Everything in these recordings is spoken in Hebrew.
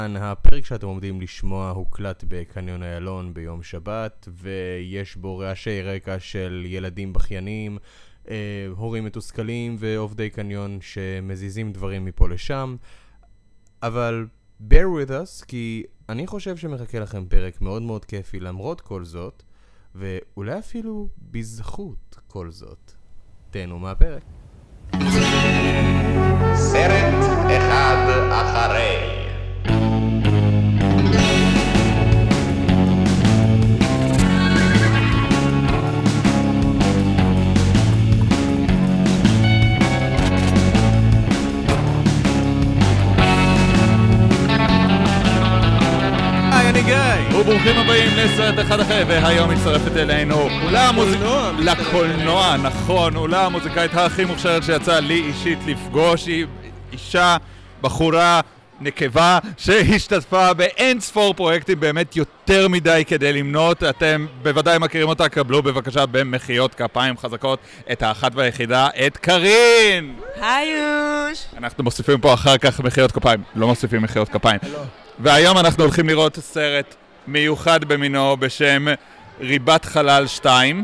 הפרק שאתם עומדים לשמוע הוקלט בקניון איילון ביום שבת, ויש בו רעשי רקע של ילדים בכיינים, הורים מתוסכלים ועובדי קניון שמזיזים דברים מפה לשם. אבל bear with us, כי אני חושב שמחכה לכם פרק מאוד מאוד כיפי למרות כל זאת, ואולי אפילו בזכות כל זאת. תהנו מהפרק. סרט אחד אחרי. וברוכים הבאים לסרט אחד אחר, והיום מצטרפת אלינו לקולנוע, נכון, אולי המוזיקאית הכי מוכשרת שיצאה לי אישית לפגוש, היא אישה, בחורה, נקבה, שהשתתפה באין ספור פרויקטים, באמת יותר מדי כדי למנות. אתם בוודאי מכירים אותה, קבלו בבקשה במחיאות כפיים חזקות את האחת והיחידה, את קרין! היוש! אנחנו מוסיפים פה אחר כך מחיאות כפיים, לא מוסיפים מחיאות כפיים. והיום אנחנו הולכים לראות סרט מיוחד במינו בשם ריבת חלל 2.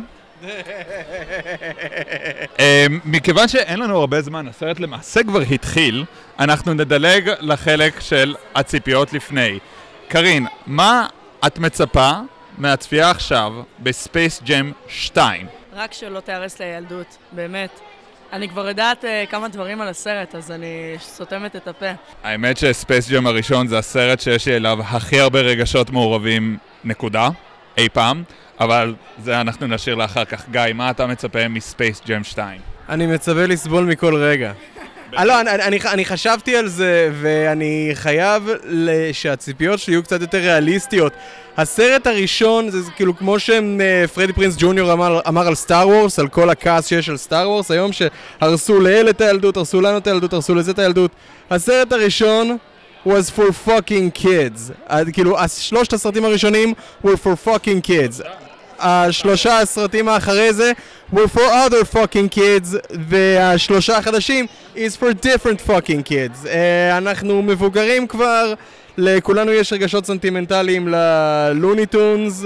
מכיוון שאין לנו הרבה זמן, הסרט למעשה כבר התחיל, אנחנו נדלג לחלק של הציפיות לפני. קרין, מה את מצפה מהצפייה עכשיו בספייס ג'ם 2? רק שלא תהרס לי הילדות, באמת. אני כבר יודעת כמה דברים על הסרט, אז אני סותמת את הפה. האמת שספייס ג'ם הראשון זה הסרט שיש לי אליו הכי הרבה רגשות מעורבים, נקודה, אי פעם, אבל זה אנחנו נשאיר לאחר כך. גיא, מה אתה מצפה מספייס ג'ם 2? אני מצווה לסבול מכל רגע. לא, אני חשבתי על זה, ואני חייב שהציפיות שלי יהיו קצת יותר ריאליסטיות. הסרט הראשון זה כאילו כמו שפרדי פרינס ג'וניור אמר על סטאר וורס, על כל הכעס שיש על סטאר וורס, היום שהרסו לאל את הילדות, הרסו לנו את הילדות, הרסו לזה את הילדות. הסרט הראשון was for fucking kids. כאילו, שלושת הסרטים הראשונים were for fucking kids. השלושה הסרטים האחרי זה were for other fucking kids, והשלושה החדשים is for different fucking kids. אנחנו מבוגרים כבר, לכולנו יש רגשות סנטימנטליים ללוניטונס,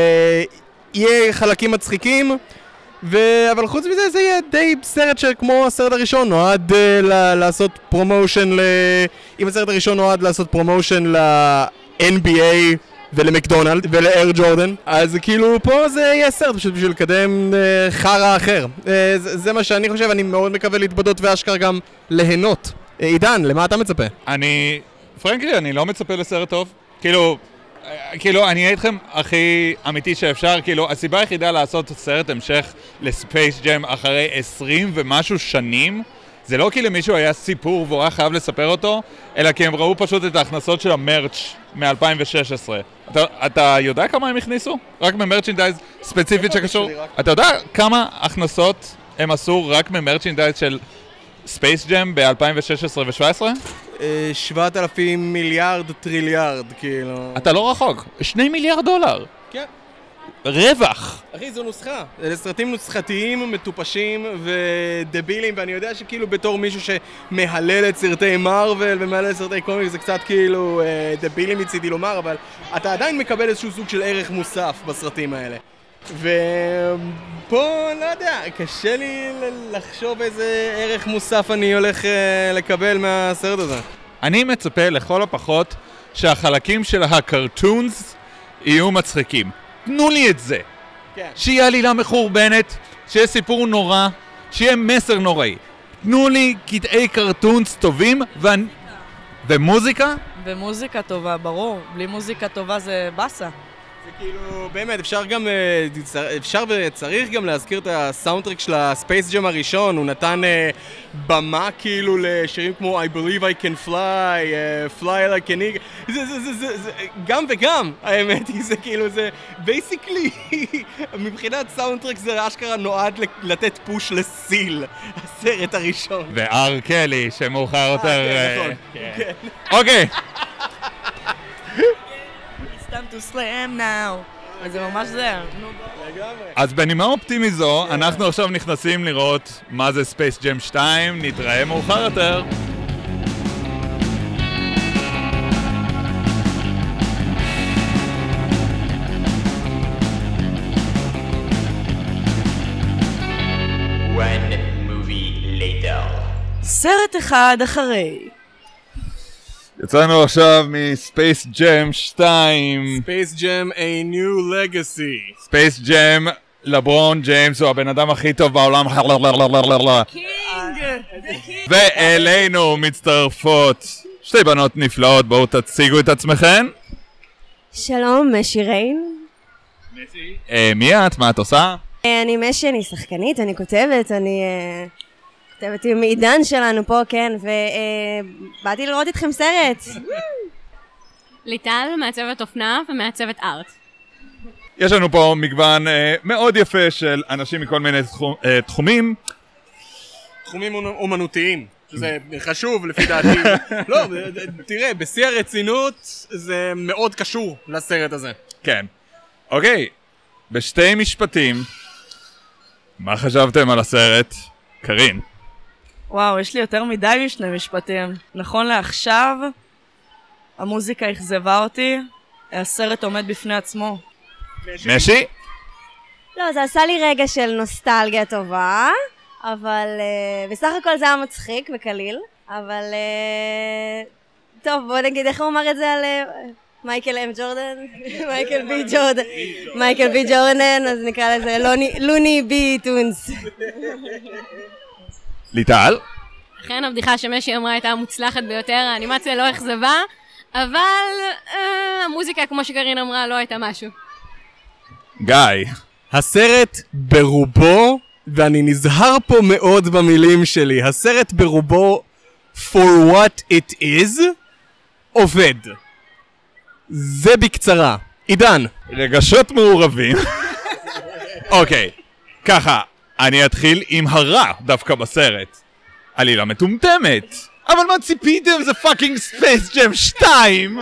יהיה חלקים מצחיקים, אבל חוץ מזה זה יהיה די סרט שכמו הסרט הראשון נועד לעשות פרומושן אם הסרט הראשון נועד לעשות פרומושן ל-NBA ולמקדונלד ולאר ג'ורדן, אז כאילו פה זה יהיה סרט פשוט בשביל לקדם חרה אחר. זה מה שאני חושב, אני מאוד מקווה להתבדות ואשכרה גם ליהנות. עידן, למה אתה מצפה? פרנקלי, אני לא מצפה לסרט טוב. כאילו, אני אהיה איתכם הכי אמיתי שאפשר. כאילו, הסיבה היחידה לעשות סרט המשך לספייס ג'ם אחרי 20 ומשהו שנים, זה לא כי למישהו היה סיפור והוא היה חייב לספר אותו, אלא כי הם ראו פשוט את ההכנסות של המרץ' מ-2016. אתה יודע כמה הם הכניסו? רק ממרצ'נדייז ספציפית שקשור? אתה יודע כמה הכנסות הם עשו רק ממרצ'נדייז של ספייס ג'ם ב-2016 ו-2017? 7,000 מיליארד טריליארד, כאילו. אתה לא רחוק, 2 מיליארד דולר. כן. רווח. אחי, זו נוסחה. אלה סרטים נוסחתיים, מטופשים ודבילים, ואני יודע שכאילו בתור מישהו שמהלל את סרטי מרוול ומהלל את סרטי קומיקס, זה קצת כאילו דבילים מצידי לומר, אבל אתה עדיין מקבל איזשהו סוג של ערך מוסף בסרטים האלה. ופה, לא יודע, קשה לי לחשוב איזה ערך מוסף אני הולך לקבל מהסרט הזה. אני מצפה לכל הפחות שהחלקים של הקרטונס יהיו מצחיקים. תנו לי את זה. כן. שיהיה עלילה מחורבנת, שיהיה סיפור נורא, שיהיה מסר נוראי. תנו לי קטעי קרטונס טובים ומוזיקה? ומוזיקה טובה, ברור. בלי מוזיקה טובה זה בסה. זה כאילו, באמת, אפשר וצריך גם להזכיר את הסאונדטרק של הספייס ג'ם הראשון. הוא נתן במה כאילו לשירים כמו I believe I can fly, fly like an eagle. זה גם וגם, האמת היא, זה כאילו, זה basically, מבחינת סאונדטרק זה אשכרה נועד לתת פוש לסיל, הסרט הראשון. ואר קלי, שמאוחר יותר... כן. אוקיי. time to slam now. אז זה ממש זה. אז בנימה אופטימי זו, אנחנו עכשיו נכנסים לראות מה זה ספייס ג'ם 2, נתראה מאוחר יותר. סרט אחד אחרי. יצאנו עכשיו מספייס ג'ם 2. Space Jam A New Legacy. ספייס ג'ם, לברון ג'יימס הוא הבן אדם הכי טוב בעולם. קינג! ואלינו מצטרפות שתי בנות נפלאות, בואו תציגו את עצמכן. שלום, משי ריין. מי את? מה את עושה? אני משי, אני שחקנית, אני כותבת, אני כותבת עם עידן שלנו פה, כן, ובאתי לראות איתכם סרט. ליטל, מעצבת אופנה ומעצבת ארט. יש לנו פה מגוון מאוד יפה של אנשים מכל מיני תחומים. תחומים אומנותיים, שזה חשוב לפי דעתי. לא, תראה, בשיא הרצינות זה מאוד קשור לסרט הזה. כן. אוקיי, בשתי משפטים, מה חשבתם על הסרט? קרין. וואו, יש לי יותר מדי משני משפטים. נכון לעכשיו, המוזיקה אכזבה אותי, הסרט עומד בפני עצמו. משי? לא, זה עשה לי רגע של נוסטלגיה טובה, אבל בסך הכל זה היה מצחיק וקליל, אבל טוב, בוא נגיד איך הוא אמר את זה על מייקל אם ג'ורדן, מייקל בי ג'ורדן, אז נקרא לזה לוני בי טונס. ליטל? אכן הבדיחה שמשי אמרה הייתה מוצלחת ביותר, האנימציה לא אכזבה, אבל המוזיקה כמו שקרין אמרה לא הייתה משהו. גיא. הסרט ברובו, ואני נזהר פה מאוד במילים שלי, הסרט ברובו for what it is עובד. זה בקצרה. עידן. רגשות מעורבים. אוקיי, ככה, אני אתחיל עם הרע דווקא בסרט. עלילה מטומטמת. אבל מה ציפיתם? זה פאקינג ספייס ג'ם 2!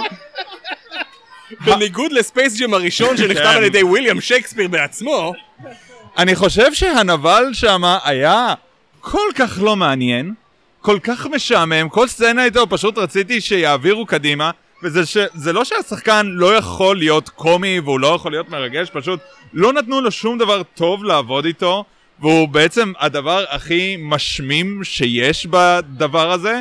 בניגוד לספייס ג'ם הראשון שנכתב על ידי וויליאם שייקספיר בעצמו. אני חושב שהנבל שמה היה כל כך לא מעניין, כל כך משעמם, כל סצנה איתו פשוט רציתי שיעבירו קדימה, וזה לא שהשחקן לא יכול להיות קומי והוא לא יכול להיות מרגש, פשוט לא נתנו לו שום דבר טוב לעבוד איתו, והוא בעצם הדבר הכי משמים שיש בדבר הזה,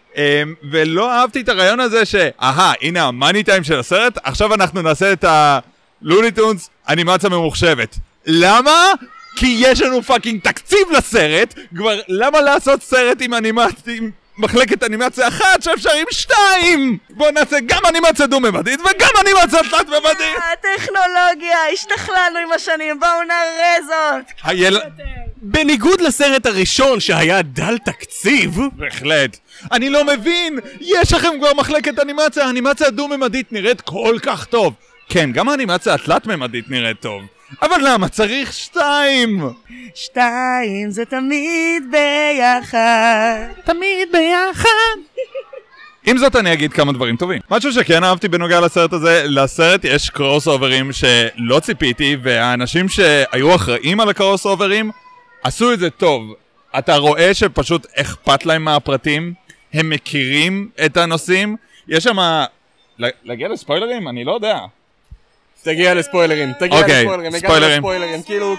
ולא אהבתי את הרעיון הזה הנה המאני טיים של הסרט, עכשיו אנחנו נעשה את הלוניטונס אנימציה ממוחשבת. למה? כי יש לנו פאקינג תקציב לסרט, כבר למה לעשות סרט עם מחלקת אנימציה אחת שאפשר עם 2? בואו נעשה גם אנימציה דו-ממדית וגם אנימציה תלת-ממדית. הטכנולוגיה, השתכללנו עם השנים, בואו נראה זאת. בניגוד לסרט הראשון שהיה דל תקציב. בהחלט. אני לא מבין, יש לכם כבר מחלקת אנימציה, האנימציה הדו-ממדית נראית כל כך טוב. כן, גם האנימציה התלת-ממדית נראית טוב. אבל למה צריך 2? 2 זה תמיד ביחד. תמיד ביחד. עם זאת אני אגיד כמה דברים טובים. משהו שכן אהבתי בנוגע לסרט הזה, לסרט יש קרוס אוברים שלא ציפיתי, והאנשים שהיו אחראים על הקרוס אוברים עשו את זה טוב. אתה רואה שפשוט אכפת להם מהפרטים, הם מכירים את הנושאים. יש שם... להגיע לספוילרים? אני לא יודע. תגיע לספוילרים, ספוילרים. כאילו...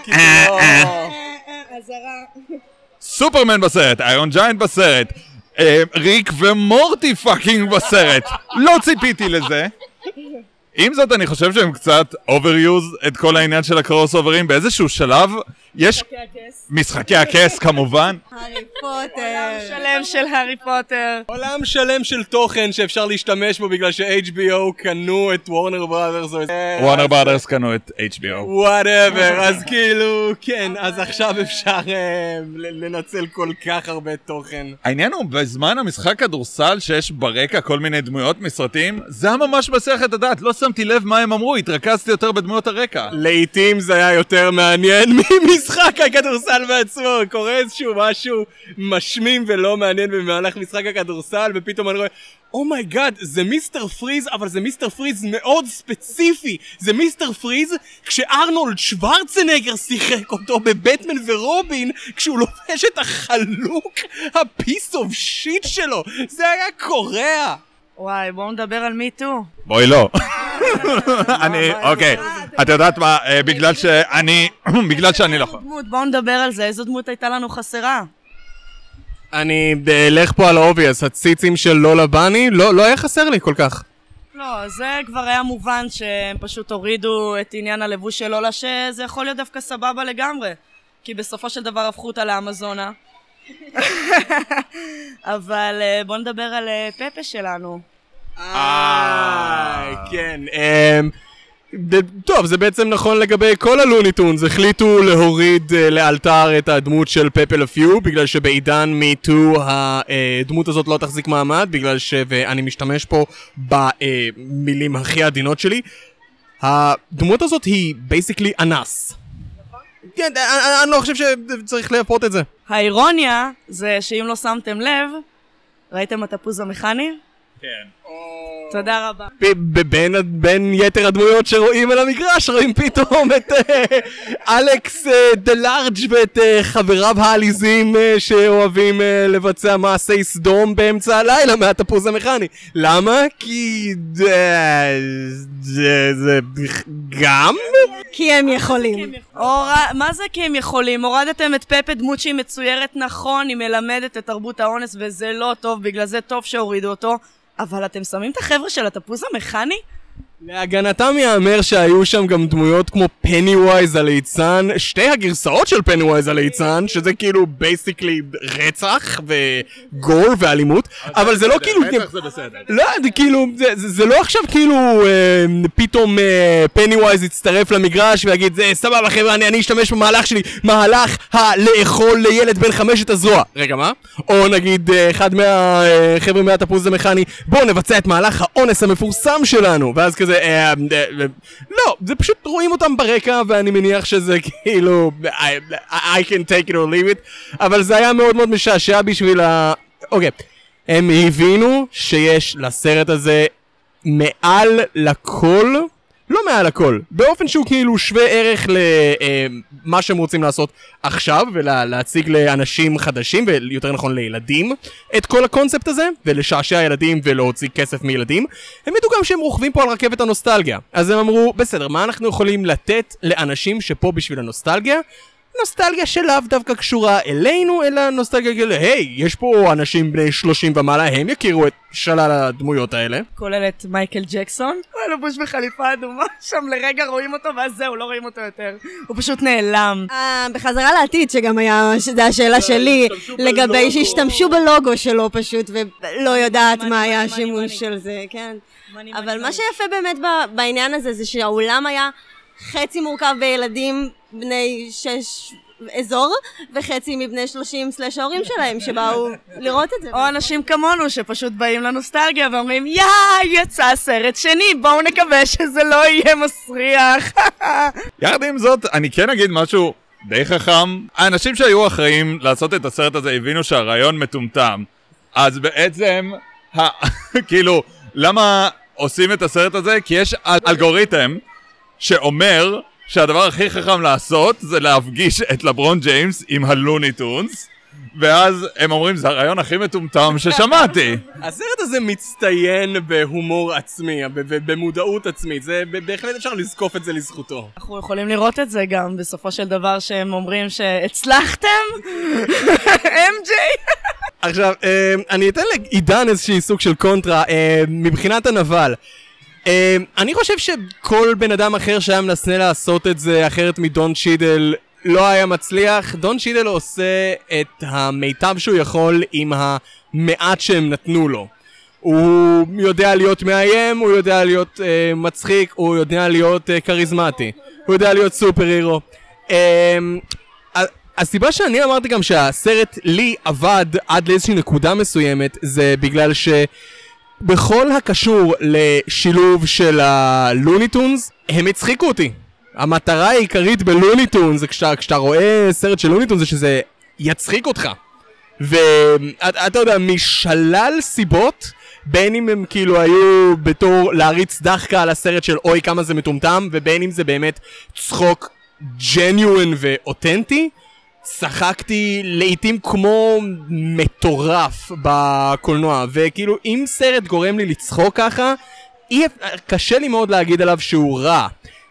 סופרמן בסרט, איירון ג'יינט בסרט, ריק ומורטי פאקינג בסרט. לא ציפיתי לזה. עם זאת אני חושב שהם קצת overuse את כל העניין של הקרוס אוברים. באיזשהו שלב יש משחקי הכס כמובן. הארי פוטר. עולם שלם של הארי פוטר. עולם שלם של תוכן שאפשר להשתמש בו בגלל ש-HBO קנו את וורנר בראדרס. וורנר בראדרס קנו את HBO. whatever, אז כאילו, כן, אז עכשיו אפשר לנצל כל כך הרבה תוכן. העניין הוא, בזמן המשחק כדורסל שיש ברקע כל מיני דמויות מסרטים, זה היה ממש מסכת הדעת, לא שמתי לב מה הם אמרו, התרכזתי יותר בדמויות הרקע. לעתים זה היה יותר מעניין ממשחק הכדורסל בעצמו, קורה איזשהו משהו משמים ולא מעניין במהלך משחק הכדורסל, ופתאום אני רואה, אומייגאד, זה מיסטר פריז, אבל זה מיסטר פריז מאוד ספציפי. זה מיסטר פריז כשארנולד שוורצנגר שיחק אותו בבטמן ורובין, כשהוא לובש את החלוק הפיס אוף שיט שלו. זה היה קורע. וואי, בואו נדבר על מיטו. בואי לא. אוקיי, את יודעת מה, בגלל שאני לא יכול. בואו נדבר על זה, איזו דמות הייתה לנו חסרה? אני אלך פה על האובייס, הציצים של לולה בני לא היה חסר לי כל כך. לא, זה כבר היה מובן שהם פשוט הורידו את עניין הלבוש של לולה, שזה יכול להיות דווקא סבבה לגמרי. כי בסופו של דבר הפכו אותה לאמזונה. אבל בוא נדבר על פפה שלנו. כן. טוב, זה בעצם נכון לגבי כל הלוניטונס. החליטו להוריד לאלתר את הדמות של פפה לפיו, בגלל שבעידן מיטו הדמות הזאת לא תחזיק מעמד, בגלל ואני משתמש פה במילים הכי עדינות שלי, הדמות הזאת היא basically אנס. כן, אני לא חושב שצריך להפות את זה. האירוניה זה שאם לא שמתם לב, ראיתם את התפוז המכני? כן. תודה רבה. בין יתר הדמויות שרואים על המגרש, רואים פתאום את אלכס דה לארג' ואת חבריו העליזים שאוהבים לבצע מעשי סדום באמצע הלילה מהתפוז המכני. למה? כי זה גם? כי הם יכולים. מה זה כי הם יכולים? הורדתם את פפה, דמות שהיא מצוירת נכון, היא מלמדת את תרבות האונס וזה לא טוב, בגלל זה טוב שהורידו אותו. אבל אתם שמים את החבר'ה של התפוז המכני? להגנתם יאמר שהיו שם גם דמויות כמו פניווייז הליצן, שתי הגרסאות של פניווייז הליצן, שזה כאילו בייסיקלי רצח וגור ואלימות, אבל זה לא כאילו... רצח זה בסדר. לא, כאילו, זה לא עכשיו כאילו פתאום פניווייז יצטרף למגרש ויגיד, זה סבבה חבר'ה, אני אשתמש במהלך שלי, מהלך לאכול לילד בן 5 את הזרוע. רגע, מה? או נגיד אחד מהחבר'ה מהתפוז המכני, בואו נבצע את מהלך האונס המפורסם שלנו, ואז כזה לא, זה פשוט רואים אותם ברקע ואני מניח שזה כאילו I can take it or leave it, אבל זה היה מאוד מאוד משעשע בשביל אוקיי, הם הבינו שיש לסרט הזה מעל לכל, לא מעל הכל, באופן שהוא כאילו שווה ערך למה שהם רוצים לעשות עכשיו ולהציג לאנשים חדשים ויותר נכון לילדים את כל הקונספט הזה ולשעשע ילדים ולהוציא כסף מילדים. הם ידעו גם שהם רוכבים פה על רכבת הנוסטלגיה, אז הם אמרו בסדר, מה אנחנו יכולים לתת לאנשים שפה בשביל הנוסטלגיה? נוסטלגיה שלאו דווקא קשורה אלינו, אלא נוסטלגיה כאילו, היי, יש פה אנשים בני 30 ומעלה, הם יכירו את שלל הדמויות האלה. כולל את מייקל ג'קסון, הוא לבוש בחליפה אדומה, שם לרגע רואים אותו ואז זהו, לא רואים אותו יותר. הוא פשוט נעלם. בחזרה לעתיד, שגם היה, שזו השאלה שלי, לגבי שהשתמשו בלוגו שלו פשוט, ולא יודעת מה היה השימוש של זה, כן. אבל מה שיפה באמת בעניין הזה, זה שהאולם היה חצי מורכב בילדים בני 6 אזור, וחצי מבני 30 סלש ההורים שלהם שבאו לראות את זה. או אנשים כמונו שפשוט באים לנוסטלגיה ואומרים, יצא סרט שני, בואו נקווה שזה לא יהיה מסריח. יחד עם זאת, אני כן אגיד משהו די חכם. האנשים שהיו אחראים לעשות את הסרט הזה הבינו שהרעיון מטומטם. אז בעצם, כאילו, למה עושים את הסרט הזה? כי יש אלגוריתם שאומר שהדבר הכי חכם לעשות זה להפגיש את לברון ג'יימס עם הלוניטונס, ואז הם אומרים זה הרעיון הכי מטומטם ששמעתי. הסרט הזה מצטיין בהומור עצמי, במודעות עצמית, זה בהחלט אפשר לזקוף את זה לזכותו. אנחנו יכולים לראות את זה גם בסופו של דבר שהם אומרים שהצלחתם? MJ? עכשיו, אני אתן לעידן איזושהי סוג של קונטרה מבחינת הנבל. אני חושב שכל בן אדם אחר שהיה מנסה לעשות את זה אחרת מדון צ'ידל לא היה מצליח. דון צ'ידל עושה את המיטב שהוא יכול עם המעט שהם נתנו לו. הוא יודע להיות מאיים, הוא יודע להיות מצחיק, הוא יודע להיות קריזמטי, הוא יודע להיות סופר הירו. הסיבה שאני אמרתי גם שהסרט לי עבד עד לאיזושהי נקודה מסוימת זה בגלל ש בכל הקשור לשילוב של הלוניטונס, הם הצחיקו אותי. המטרה העיקרית בלוניטונס, זה כשאתה רואה סרט של לוניטונס, זה שזה יצחיק אותך. ואתה יודע, משלל סיבות, בין אם הם כאילו היו בתור להריץ דחקה על הסרט של אוי כמה זה מטומטם, ובין אם זה באמת צחוק ג'ניואן ואותנטי, צחקתי לעתים כמו מטורף בקולנוע, וכאילו אם סרט גורם לי לצחוק ככה, קשה לי מאוד להגיד עליו שהוא רע.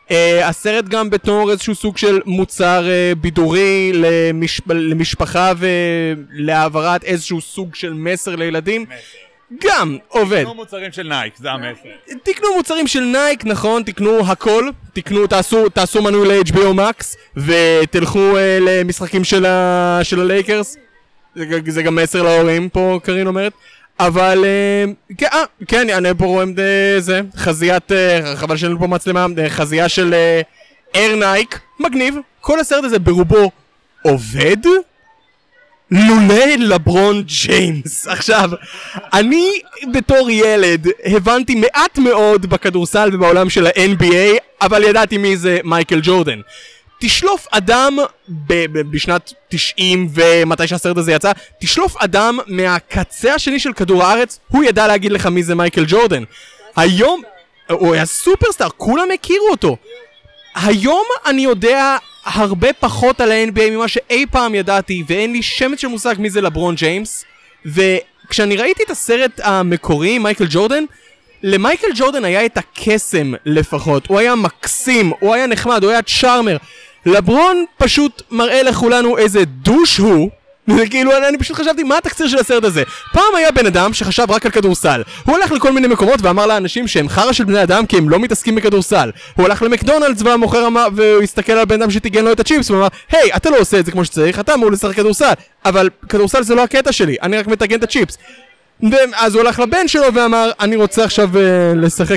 הסרט גם בתור איזשהו סוג של מוצר בידורי למשפחה ולהעברת איזשהו סוג של מסר לילדים. גם עובד. תקנו מוצרים של נייק, זה המסר. תקנו מוצרים של נייק, נכון, תקנו הכל, תעשו מנוי ל-HBO Max ותלכו למשחקים של הלייקרס. זה גם מסר להורים פה, קרין אומרת. אבל כן, אני פה רואה זה חזיית, חבל שאין פה מצלמה, חזייה של אייר נייק, מגניב. כל הסרט הזה ברובו עובד לולא לברון ג'יימס. עכשיו, אני בתור ילד הבנתי מעט מאוד בכדורסל ובעולם של ה-NBA, אבל ידעתי מי זה מייקל ג'ורדן. תשלוף אדם בשנת 90 ומתי שהסרט הזה יצא, תשלוף אדם מהקצה השני של כדור הארץ, הוא ידע להגיד לך מי זה מייקל ג'ורדן. היום, הוא היה סופרסטאר, כולם הכירו אותו. היום אני יודע הרבה פחות על ה-NBA ממה שאי פעם ידעתי, ואין לי שמץ של מושג מי זה לברון ג'יימס. וכשאני ראיתי את הסרט המקורי, מייקל ג'ורדן, למייקל ג'ורדן היה את הקסם לפחות, הוא היה מקסים, הוא היה נחמד, הוא היה צ'ארמר. לברון פשוט מראה לכולנו איזה דוש הוא, וכאילו אני פשוט חשבתי מה התקציר של הסרט הזה. פעם היה בן אדם שחשב רק על כדורסל, הוא הלך לכל מיני מקומות ואמר לאנשים שהם חרא של בני אדם כי הם לא מתעסקים בכדורסל. הוא הלך למקדונלדס והמוכר אמר, והוא הסתכל על בן אדם שתיגן לו את הצ'יפס ואמר, היי, אתה לא עושה את זה כמו שצריך, אתה אמור לשחק כדורסל, אבל כדורסל זה לא הקטע שלי, אני רק מתגן את הצ'יפס. ואז הוא הלך לבן שלו ואמר, אני רוצה עכשיו לשחק.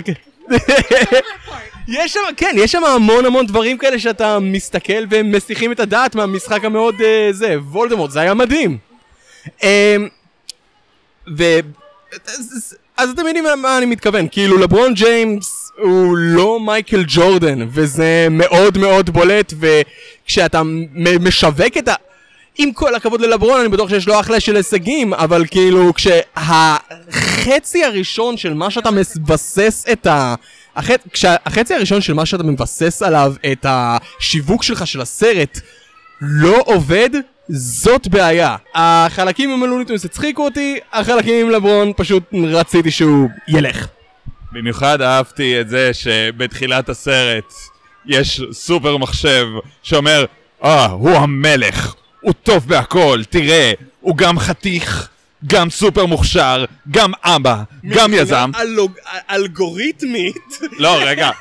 יש שם המון דברים כאלה שאתה מסתכל והם מסיחים את הדעת מהמשחק המאוד וולדמורט, זה היה מדהים. אז אתם יודעים מה אני מתכוון, כאילו לברון ג'יימס הוא לא מייקל ג'ורדן, וזה מאוד בולט, וכשאתה משווק את עם כל הכבוד ללברון, אני בטוח שיש לו אחלה של הישגים, אבל כאילו כשהחצי הראשון של מה שאתה מבסס את כשהחצי הראשון של מה שאתה מבסס עליו את השיווק שלך של הסרט לא עובד, זאת בעיה. החלקים עם הלוניטונס הצחיקו אותי, החלקים עם לברון פשוט רציתי שהוא ילך. במיוחד אהבתי את זה שבתחילת הסרט יש סופר מחשב שאומר, הוא המלך, הוא טוב בהכל, תראה, הוא גם חתיך, גם סופר מוכשר, גם אבא, גם יזם. אלגוריתמית. לא,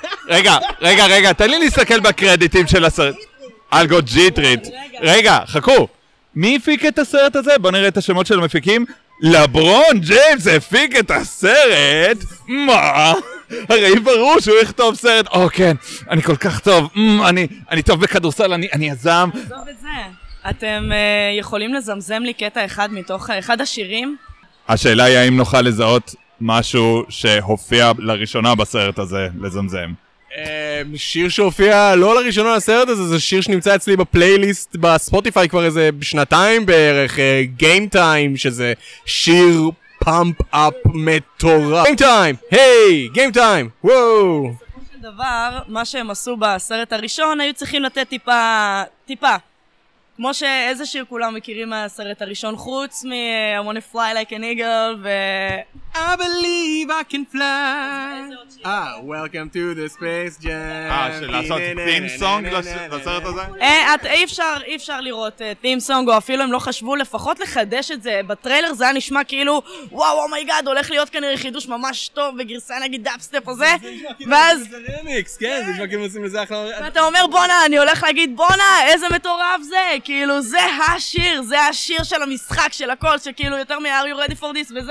רגע, תן לי להסתכל בקרדיטים של הסרט. אלגוג'יטרית. רגע, חכו. מי הפיק את הסרט הזה? בוא נראה את השמות של המפיקים. לברון ג'יימס הפיק את הסרט? מה? הרי ברור שהוא יכתוב סרט. כן, אני כל כך טוב. אני טוב בכדורסל, אני יזם. עזוב את זה. אתם יכולים לזמזם לי קטע אחד מתוך אחד השירים? השאלה היא האם נוכל לזהות משהו שהופיע לראשונה בסרט הזה לזמזם. שיר שהופיע לא לראשונה לסרט הזה, זה שיר שנמצא אצלי בפלייליסט בספוטיפיי כבר איזה שנתיים בערך, Game Time, שזה שיר פאמפ אפ מטורף. Game Time! היי! Game Time! וואו! בסופו של דבר, מה שהם עשו בסרט הראשון, היו צריכים לתת טיפה. כמו שאיזה שיר כולם מכירים מהסרט הראשון, חוץ I wanna fly like an eagle I believe I can fly. Welcome to the space jam. של לעשות theme song לסרט הזה? אי אפשר לראות theme song, או אפילו הם לא חשבו לפחות לחדש את זה. בטריילר זה היה נשמע כאילו, וואו, אומייגאד, הולך להיות כנראה חידוש ממש טוב בגרסה נגיד דאפסטפ או זה. ואז... זה רמיקס, כן, זה נשמע כאילו עושים לזה אחלה... ואתה אומר, בונה, אני הולך להגיד, בונה, איזה מטורף זה. כאילו, זה השיר של המשחק, של הכל, שכאילו יותר מ-Are you ready for this וזה?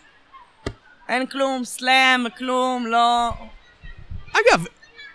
אין כלום, סלאם, כלום, לא... אגב,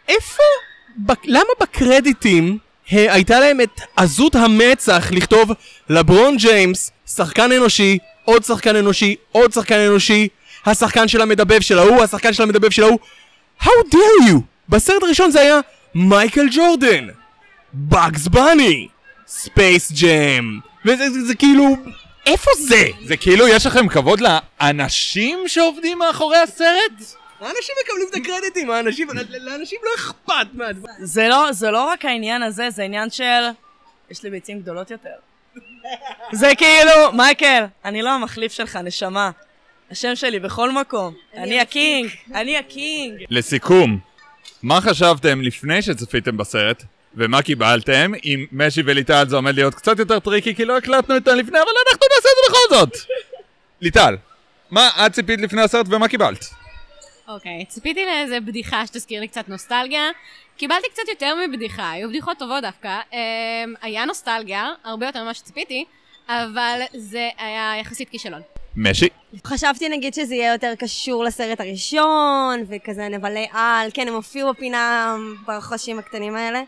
למה בקרדיטים הייתה להם את עזות המצח לכתוב לברון ג'יימס, שחקן אנושי, עוד שחקן אנושי, עוד שחקן אנושי, השחקן של המדבב של ההוא, השחקן של המדבב של ההוא? How dare you? בסרט הראשון זה היה מייקל ג'ורדן, באגס בני, ספייס ג'ם, וזה כאילו... איפה זה? זה כאילו יש לכם כבוד לאנשים שעובדים מאחורי הסרט? האנשים מקבלים את הקרדיטים, לאנשים לא אכפת מהדבר. זה לא רק העניין הזה, זה עניין של... יש לי ביצים גדולות יותר. זה כאילו, מייקל, אני לא המחליף שלך, נשמה. השם שלי בכל מקום. אני הקינג. לסיכום, מה חשבתם לפני שצפיתם בסרט, ומה קיבלתם? עם משי וליטל זה עומד להיות קצת יותר טריקי, כי לא הקלטנו את לפני, אבל אנחנו נעשה את זה בכל זאת. ליטל, מה את ציפית לפני הסרט ומה קיבלת? אוקיי, ציפיתי לאיזה בדיחה שתזכיר לי קצת נוסטלגיה. קיבלתי קצת יותר מבדיחה, היו בדיחות טובות דווקא. היה נוסטלגיה, הרבה יותר ממה שציפיתי, אבל זה היה יחסית כישלון. משי? חשבתי נגיד שזה יהיה יותר קשור לסרט הראשון, וכזה נבלי על, כן, הם הופיעו בפינה ברכשים הקטנים האלה.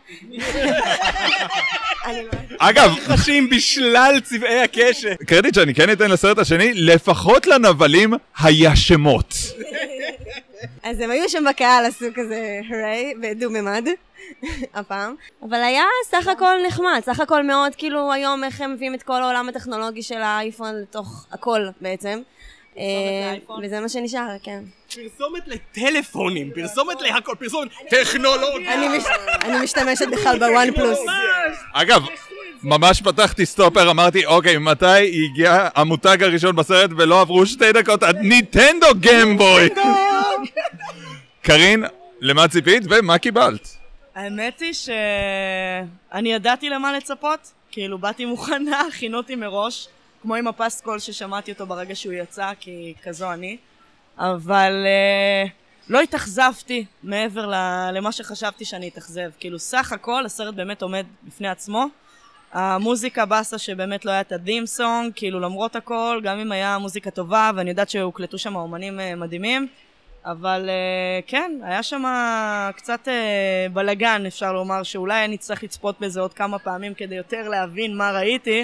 אגב, חשים בשלל צבעי הקשת. קרדיט שאני כן אתן לסרט השני, לפחות לנבלים היה שמות. אז הם היו שם בקהל, עשו כזה הרי, בדו-ממד, הפעם. אבל היה סך הכל נחמד, סך הכל מאוד, כאילו היום איך הם מביאים את כל העולם הטכנולוגי של האייפון לתוך הכל בעצם. וזה מה שנשאר, כן. פרסומת לטלפונים, פרסומת להכל, פרסומת טכנולוגיה. אני משתמשת בכלל בוואן פלוס. אגב, ממש פתחתי סטופר, אמרתי, אוקיי, מתי הגיע המותג הראשון בסרט ולא עברו 2 דקות עד ניטנדו גיימבוי. קרין, למה ציפית ומה קיבלת? האמת היא שאני ידעתי למה לצפות, כאילו באתי מוכנה, הכינותי מראש, כמו עם הפסקול ששמעתי אותו ברגע שהוא יצא, כי כזו אני, אבל לא התאכזבתי מעבר למה שחשבתי שאני אתאכזב, כאילו סך הכל הסרט באמת עומד בפני עצמו, המוזיקה בסה שבאמת לא היה את הדים סונג, כאילו למרות הכל, גם אם היה מוזיקה טובה, ואני יודעת שהוקלטו שם אומנים מדהימים, אבל כן, היה שם קצת בלגן, אפשר לומר, שאולי אני צריך לצפות בזה עוד כמה פעמים כדי יותר להבין מה ראיתי,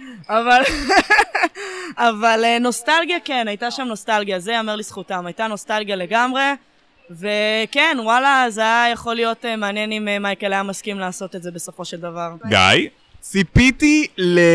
אבל נוסטלגיה כן, הייתה שם נוסטלגיה, זה יאמר לזכותם, הייתה נוסטלגיה לגמרי, וכן, וואלה, זה היה יכול להיות מעניין אם מייקל היה מסכים לעשות את זה בסופו של דבר. גיא? ציפיתי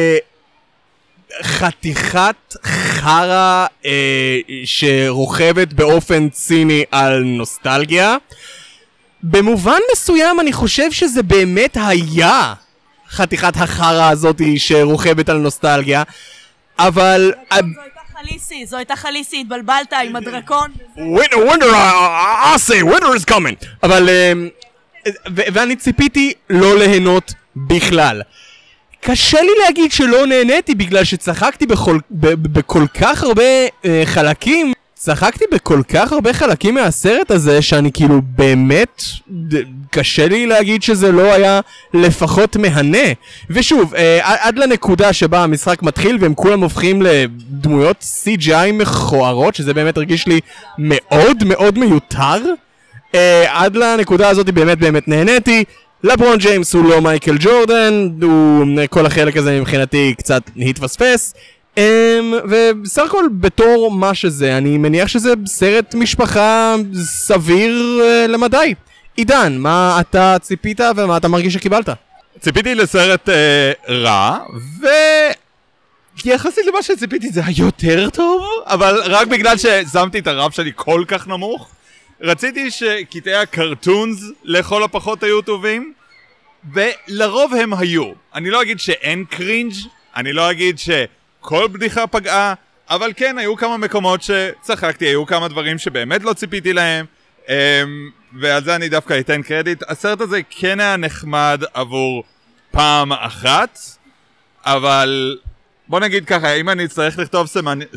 לחתיכת חרה שרוכבת באופן ציני על נוסטלגיה. במובן מסוים אני חושב שזה באמת היה חתיכת החרה הזאת שרוכבת על נוסטלגיה, אבל... זו הייתה חליסי, התבלבלת עם הדרקון. Winter, I say, winter is coming. אבל... ואני ציפיתי לא ליהנות בכלל. קשה לי להגיד שלא נהניתי בגלל שצחקתי בכל כך הרבה חלקים. צחקתי בכל כך הרבה חלקים מהסרט הזה שאני כאילו באמת קשה לי להגיד שזה לא היה לפחות מהנה. ושוב, עד לנקודה שבה המשחק מתחיל והם כולם הופכים לדמויות CGI מכוערות, שזה באמת הרגיש לי מאוד מאוד מיותר. עד לנקודה הזאת באמת נהניתי. לברון ג'יימס הוא לא מייקל ג'ורדן, כל החלק הזה מבחינתי קצת התפספס, ובסך הכל בתור מה שזה, אני מניח שזה סרט משפחה סביר למדי. עידן, מה אתה ציפית ומה אתה מרגיש שקיבלת? ציפיתי לסרט רע, יחסית למה שציפיתי זה היה יותר טוב, אבל רק בגלל ששמתי את הרף שלי כל כך נמוך, רציתי שקטעי הקרטונס לכל הפחות היו טובים, ולרוב הם היו. אני לא אגיד שאין קרינג', אני לא אגיד שכל בדיחה פגעה, אבל כן, היו כמה מקומות שצחקתי, היו כמה דברים שבאמת לא ציפיתי להם, ועל זה אני דווקא אתן קרדיט. הסרט הזה כן היה נחמד עבור פעם אחת, אבל... בוא נגיד ככה, אם אני צריך לכתוב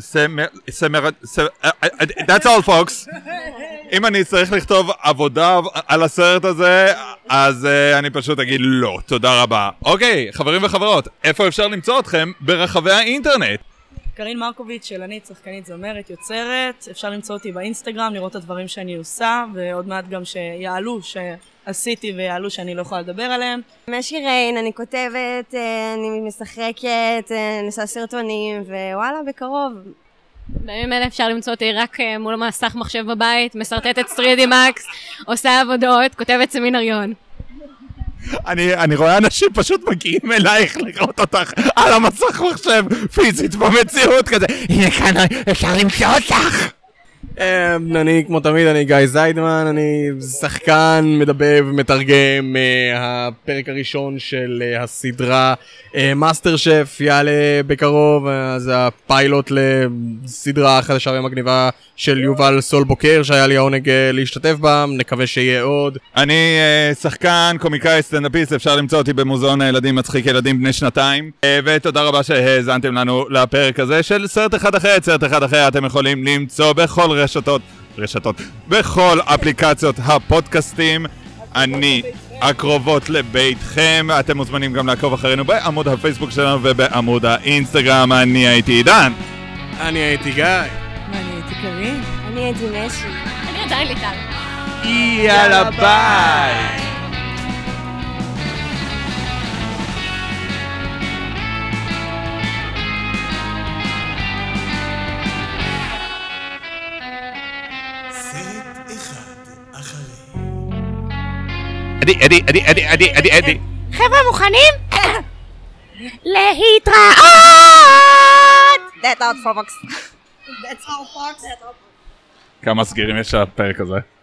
that's all folks. אם אני צריך לכתוב עבודה על הסרט הזה, אז אני פשוט אגיד לא, תודה רבה. אוקיי, חברים וחברות, איפה אפשר למצוא אתכם ברחבי האינטרנט? קרין מרקוביץ', שלנית, שחקנית זמרת, יוצרת, אפשר למצוא אותי באינסטגרם, לראות את הדברים שאני עושה, ועוד מעט גם שיעלו, שעשיתי ויעלו שאני לא יכולה לדבר עליהם. משי ריין, אני כותבת, אני משחקת, אני עושה סרטונים, ווואלה, בקרוב. בימים אלה אפשר למצוא אותי רק מול מסך מחשב בבית, מסרטטת 3D Max, עושה עבודות, כותבת סמינריון. אני רואה אנשים פשוט מגיעים אלייך לראות אותך על המסך מחשב פיזית במציאות כזה. הנה כאן, אפשר למצוא אותך. אני, כמו תמיד, אני גיא זיידמן, אני שחקן, מדבב, מתרגם, הפרק הראשון של הסדרה מאסטר שף יעלה בקרוב, זה הפיילוט לסדרה חדשה ומגניבה של יובל סול בוקר, שהיה לי העונג להשתתף בה, נקווה שיהיה עוד. אני שחקן, קומיקאי, סטנדאפיסט, אפשר למצוא אותי במוזיאון הילדים מצחיק ילדים בני שנתיים, ותודה רבה שהאזנתם לנו לפרק הזה של סרט אחד אחר. סרט אחד אחר אתם יכולים למצוא בכל רשתות, בכל אפליקציות הפודקאסטים הקרובות לביתכם. אתם מוזמנים גם לעקוב אחרינו בעמוד הפייסבוק שלנו ובעמוד האינסטגרם. אני הייתי עידן. אני הייתי גיא. ואני הייתי קרין. אני הייתי משי. אני עדיין ליטל. יאללה ביי. אדי. חבר'ה, מוכנים? להתראות! That's all, Fox. כמה סגירים יש לפרק הזה?